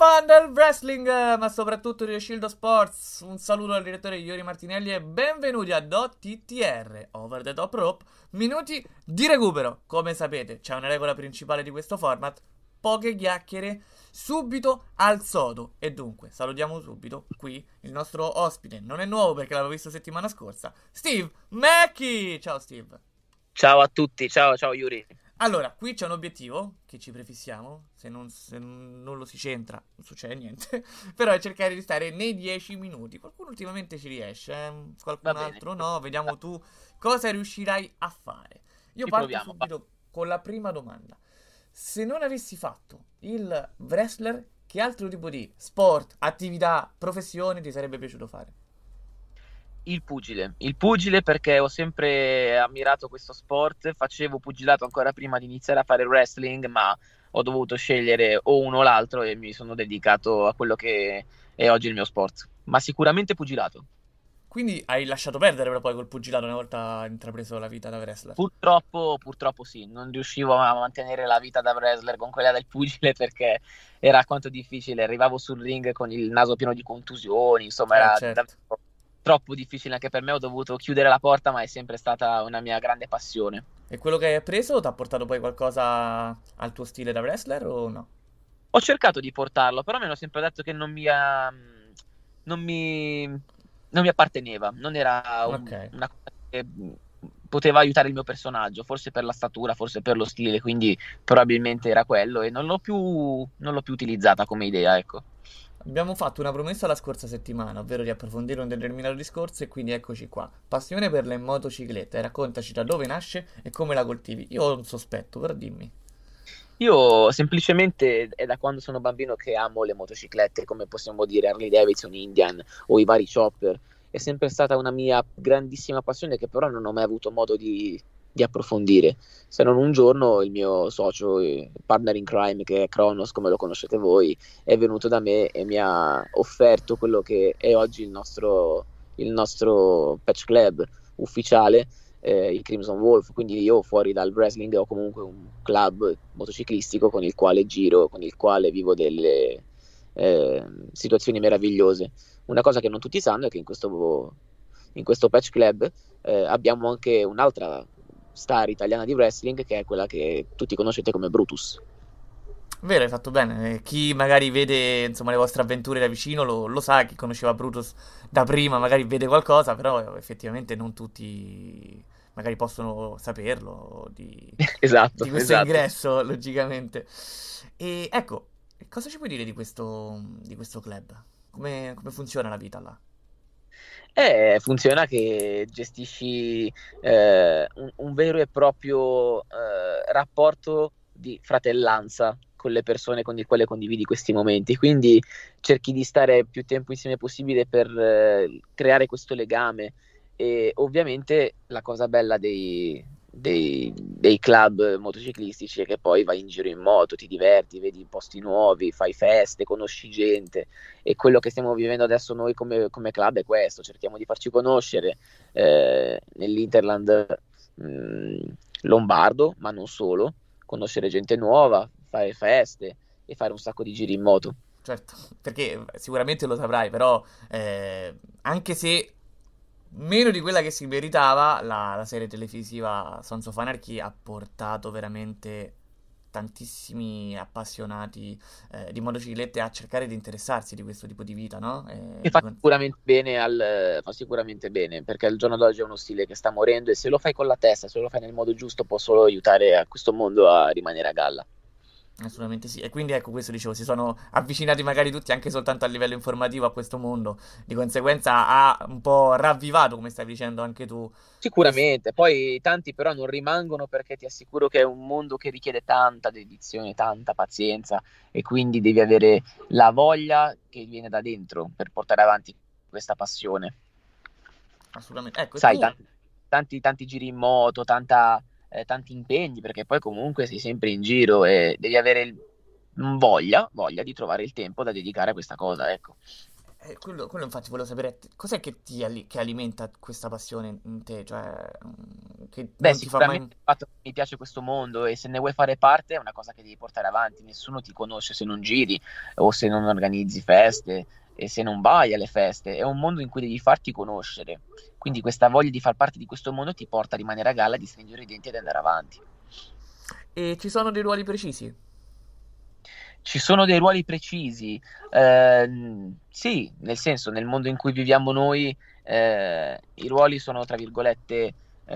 fan del wrestling, ma soprattutto di Shield Sports. Un saluto al direttore Iori Martinelli e benvenuti ad OTTR, Over the Top Rope, minuti di recupero. Come sapete, c'è una regola principale di questo format: poche chiacchiere, subito al sodo. E dunque, salutiamo subito qui il nostro ospite. Non è nuovo perché l'avevo visto settimana scorsa, Steve Mackie. Ciao Steve. Ciao a tutti, ciao Yuri. Allora, qui c'è un obiettivo che ci prefissiamo, se non lo si centra non succede niente, però è cercare di stare nei 10 minuti. Qualcuno ultimamente ci riesce, Va qualcun bene, altro no, vediamo tu cosa riuscirai a fare. Io ci parto proviamo. subito con la prima domanda. Se non avessi fatto il wrestler, che altro tipo di sport, attività, professione ti sarebbe piaciuto fare? Il pugile perché ho sempre ammirato questo sport, facevo pugilato ancora prima di iniziare a fare wrestling, ma ho dovuto scegliere o uno o l'altro e mi sono dedicato a quello che è oggi il mio sport. Ma sicuramente pugilato. Quindi hai lasciato perdere però poi col pugilato una volta intrapreso la vita da wrestler. Purtroppo sì, non riuscivo a mantenere la vita da wrestler con quella del pugile perché era alquanto difficile. Arrivavo sul ring con il naso pieno di contusioni, insomma, era Certo. davvero troppo difficile anche per me. Ho dovuto chiudere la porta, ma è sempre stata una mia grande passione. E quello che hai appreso ti ha portato poi qualcosa al tuo stile da wrestler o no? Ho cercato di portarlo, però mi hanno sempre detto che non mi, non mi apparteneva, non era Ok. una cosa che poteva aiutare il mio personaggio, forse per la statura, forse per lo stile, quindi probabilmente era quello e non l'ho più utilizzata come idea, ecco. Abbiamo fatto una promessa la scorsa settimana, ovvero di approfondire un determinato discorso e quindi eccoci qua. Passione per le motociclette, raccontaci da dove nasce e come la coltivi. Io ho un sospetto, però dimmi. Io semplicemente è da quando sono bambino che amo le motociclette, come possiamo dire Harley Davidson, Indian o i vari chopper. È sempre stata una mia grandissima passione che però non ho mai avuto modo di approfondire. Se non un giorno il mio socio, partner in crime, che è Kronos, come lo conoscete voi, è venuto da me e mi ha offerto quello che è oggi il nostro patch club ufficiale, il Crimson Wolf. Quindi io fuori dal wrestling ho comunque un club motociclistico con il quale giro, con il quale vivo delle situazioni meravigliose. Una cosa che non tutti sanno è che in questo patch club abbiamo anche un'altra star italiana di wrestling, che è quella che tutti conoscete come Brutus. Vero, hai fatto bene. Chi magari vede, insomma, le vostre avventure da vicino lo sa, chi conosceva Brutus da prima magari vede qualcosa, però effettivamente non tutti magari possono saperlo Esatto, di questo esatto. ingresso, logicamente. E ecco, cosa ci puoi dire di questo club? Come funziona la vita là? Funziona che gestisci un vero e proprio rapporto di fratellanza con le persone con le quali condividi questi momenti. Quindi cerchi di stare più tempo insieme possibile per creare questo legame. E ovviamente la cosa bella dei club motociclistici è che poi vai in giro in moto, ti diverti, vedi posti nuovi, fai feste, conosci gente. E quello che stiamo vivendo adesso noi come club è questo: cerchiamo di farci conoscere nell'Interland mh, lombardo, ma non solo, conoscere gente nuova, fare feste e fare un sacco di giri in moto. Certo, perché sicuramente lo saprai, però anche se meno di quella che si meritava, la serie televisiva Sons of Anarchy ha portato veramente tantissimi appassionati di motociclette a cercare di interessarsi di questo tipo di vita, no? E fa sicuramente bene, perché al giorno d'oggi è uno stile che sta morendo e se lo fai con la testa, se lo fai nel modo giusto, può solo aiutare a questo mondo a rimanere a galla. Assolutamente sì. E quindi ecco, questo dicevo, si sono avvicinati magari tutti anche soltanto a livello informativo a questo mondo. Di conseguenza ha un po' ravvivato, come stavi dicendo anche tu, questo. Sicuramente, poi tanti però non rimangono perché ti assicuro che è un mondo che richiede tanta dedizione, tanta pazienza e quindi devi avere la voglia che viene da dentro per portare avanti questa passione. Assolutamente. Ecco, e Sai, tu tanti giri in moto, tanti impegni, perché poi comunque sei sempre in giro e devi avere voglia di trovare il tempo da dedicare a questa cosa, ecco. quello infatti volevo sapere, cos'è che che alimenta questa passione in te? Cioè, che Beh, non ti fa mai... sicuramente il fatto che mi piace questo mondo e se ne vuoi fare parte è una cosa che devi portare avanti. Nessuno ti conosce se non giri o se non organizzi feste e se non vai alle feste. È un mondo in cui devi farti conoscere. Quindi questa voglia di far parte di questo mondo ti porta a rimanere a galla, di stringere i denti ed andare avanti. E ci sono dei ruoli precisi? Ci sono dei ruoli precisi, sì, nel senso, nel mondo in cui viviamo noi, i ruoli sono, tra virgolette,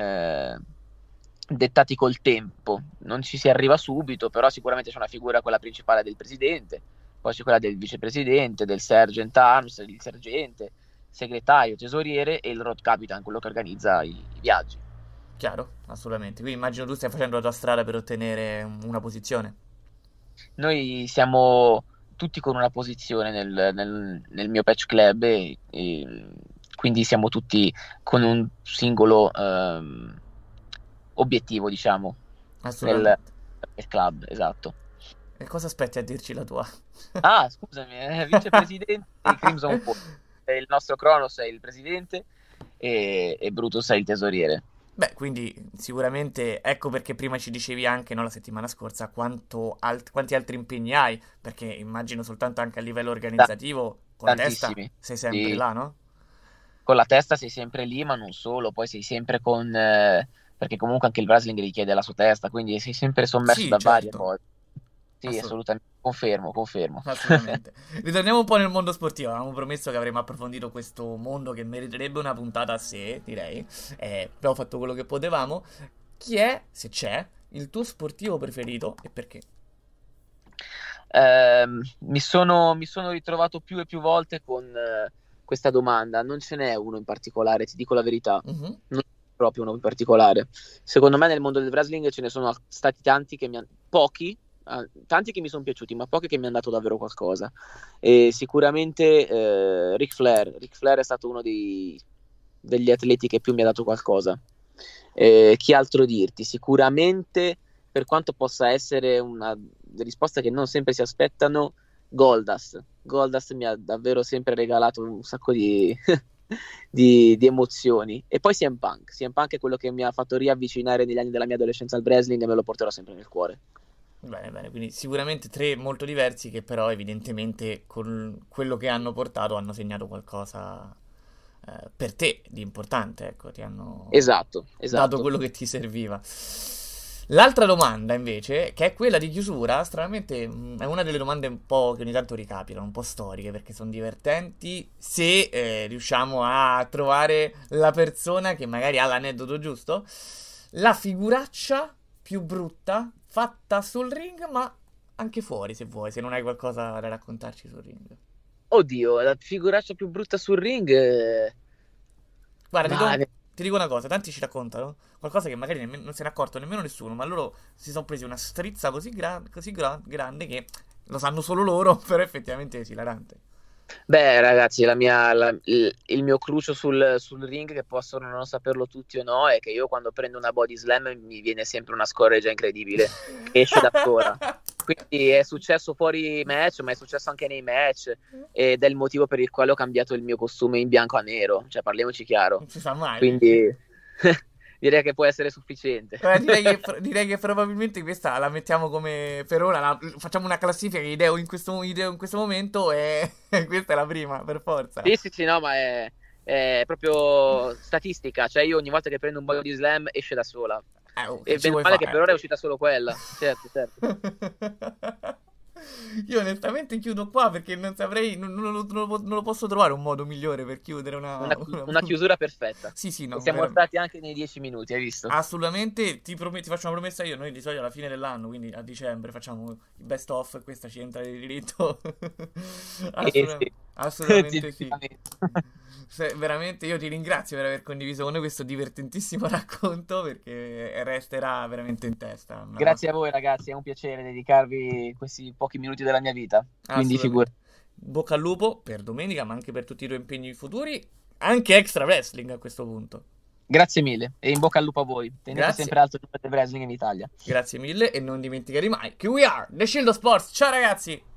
dettati col tempo. Non ci si arriva subito, però sicuramente c'è una figura, quella principale del presidente, poi c'è quella del vicepresidente, del sergeant arms, il sergente, segretario, tesoriere e il road capitan, quello che organizza i viaggi. Chiaro, assolutamente. Quindi immagino tu stia facendo la tua strada per ottenere una posizione. Noi siamo tutti con una posizione nel mio patch club e quindi siamo tutti con un singolo obiettivo, diciamo, nel, Assolutamente. nel club, esatto. E cosa aspetti a dirci la tua? Ah, scusami, vicepresidente dei Crimson Pool. Il nostro Kronos è il presidente e Brutus è il tesoriere. Beh, quindi sicuramente ecco perché prima ci dicevi anche, no, la settimana scorsa, quanti altri impegni hai, perché immagino soltanto anche a livello Ta- organizzativo, con la testa, Tantissimi. sei sempre Sì. là, no? Con la testa sei sempre lì, ma non solo, poi sei sempre con... perché comunque anche il wrestling richiede la sua testa, quindi sei sempre sommerso Sì, da varie certo, cose. Sì, Assolut- assolutamente, confermo, confermo. assolutamente. Ritorniamo un po' nel mondo sportivo, avevamo promesso che avremmo approfondito questo mondo che meriterebbe una puntata a sé, direi. Abbiamo fatto quello che potevamo. Chi è, se c'è, il tuo sportivo preferito e perché? Mi sono ritrovato più e più volte con questa domanda. Non ce n'è uno in particolare, ti dico la verità. Mhm. Non c'è proprio uno in particolare. Secondo me nel mondo del wrestling ce ne sono stati tanti che pochi, tanti che mi sono piaciuti, ma pochi che mi hanno dato davvero qualcosa. E sicuramente Ric Flair è stato uno degli atleti che più mi ha dato qualcosa. Chi altro dirti? Sicuramente, per quanto possa essere una risposta che non sempre si aspettano, Goldust. Goldust mi ha davvero sempre regalato un sacco di emozioni. E poi CM Punk. CM Punk è quello che mi ha fatto riavvicinare negli anni della mia adolescenza al wrestling e me lo porterò sempre nel cuore. Bene, bene, quindi sicuramente tre molto diversi che però evidentemente con quello che hanno portato hanno segnato qualcosa per te di importante, ecco, ti hanno Esatto, dato esatto. quello che ti serviva. L'altra domanda invece, che è quella di chiusura, stranamente è una delle domande un po' che ogni tanto ricapitano, un po' storiche perché sono divertenti se riusciamo a trovare la persona che magari ha l'aneddoto giusto. La figuraccia più brutta fatta sul ring, ma anche fuori se vuoi, se non hai qualcosa da raccontarci sul ring. Oddio, la figuraccia più brutta sul ring. Guarda, Ma ti dico una cosa, tanti ci raccontano qualcosa che magari non se n'è accorto nemmeno nessuno, ma loro si sono presi una strizza grande che lo sanno solo loro, però effettivamente è esilarante. Beh, ragazzi, il mio crucio sul ring, che possono non saperlo tutti o no, è che io quando prendo una body slam mi viene sempre una scorreggia incredibile che esce da sola. Quindi è successo fuori match, ma è successo anche nei match ed è il motivo per il quale ho cambiato il mio costume in bianco a nero, cioè parliamoci chiaro. Non si sa mai. Quindi direi che può essere sufficiente. Direi che probabilmente questa la mettiamo come per ora. Facciamo una classifica di ideo in questo momento e questa è la prima, per forza. Sì, sì, sì, no, ma è proprio statistica, cioè io ogni volta che prendo un body slam esce da sola. Che E ci bene o vuoi male che per fare? ora è uscita solo quella. Certo, certo. Io onestamente chiudo qua perché non saprei, non lo posso trovare un modo migliore per chiudere Una chiusura perfetta. Sì, sì, E no, siamo stati anche nei 10 minuti, hai visto? assolutamente, ti faccio una promessa io, noi di solito alla fine dell'anno, quindi a dicembre facciamo il best of e questa ci entra di diritto. Sì. Assolutamente sì. Decisamente. Veramente io ti ringrazio per aver condiviso con noi questo divertentissimo racconto perché resterà veramente in testa. Una Grazie cosa. a voi, ragazzi, è un piacere dedicarvi questi pochi minuti della mia vita. Quindi Assolutamente. figurati. Bocca al lupo per domenica, ma anche per tutti i tuoi impegni futuri, anche extra wrestling a questo punto. Grazie mille e in bocca al lupo a voi. Tenete Grazie, sempre alto il nome del wrestling in Italia. grazie mille e non dimenticare mai che we are The Shield of Sports. Ciao ragazzi!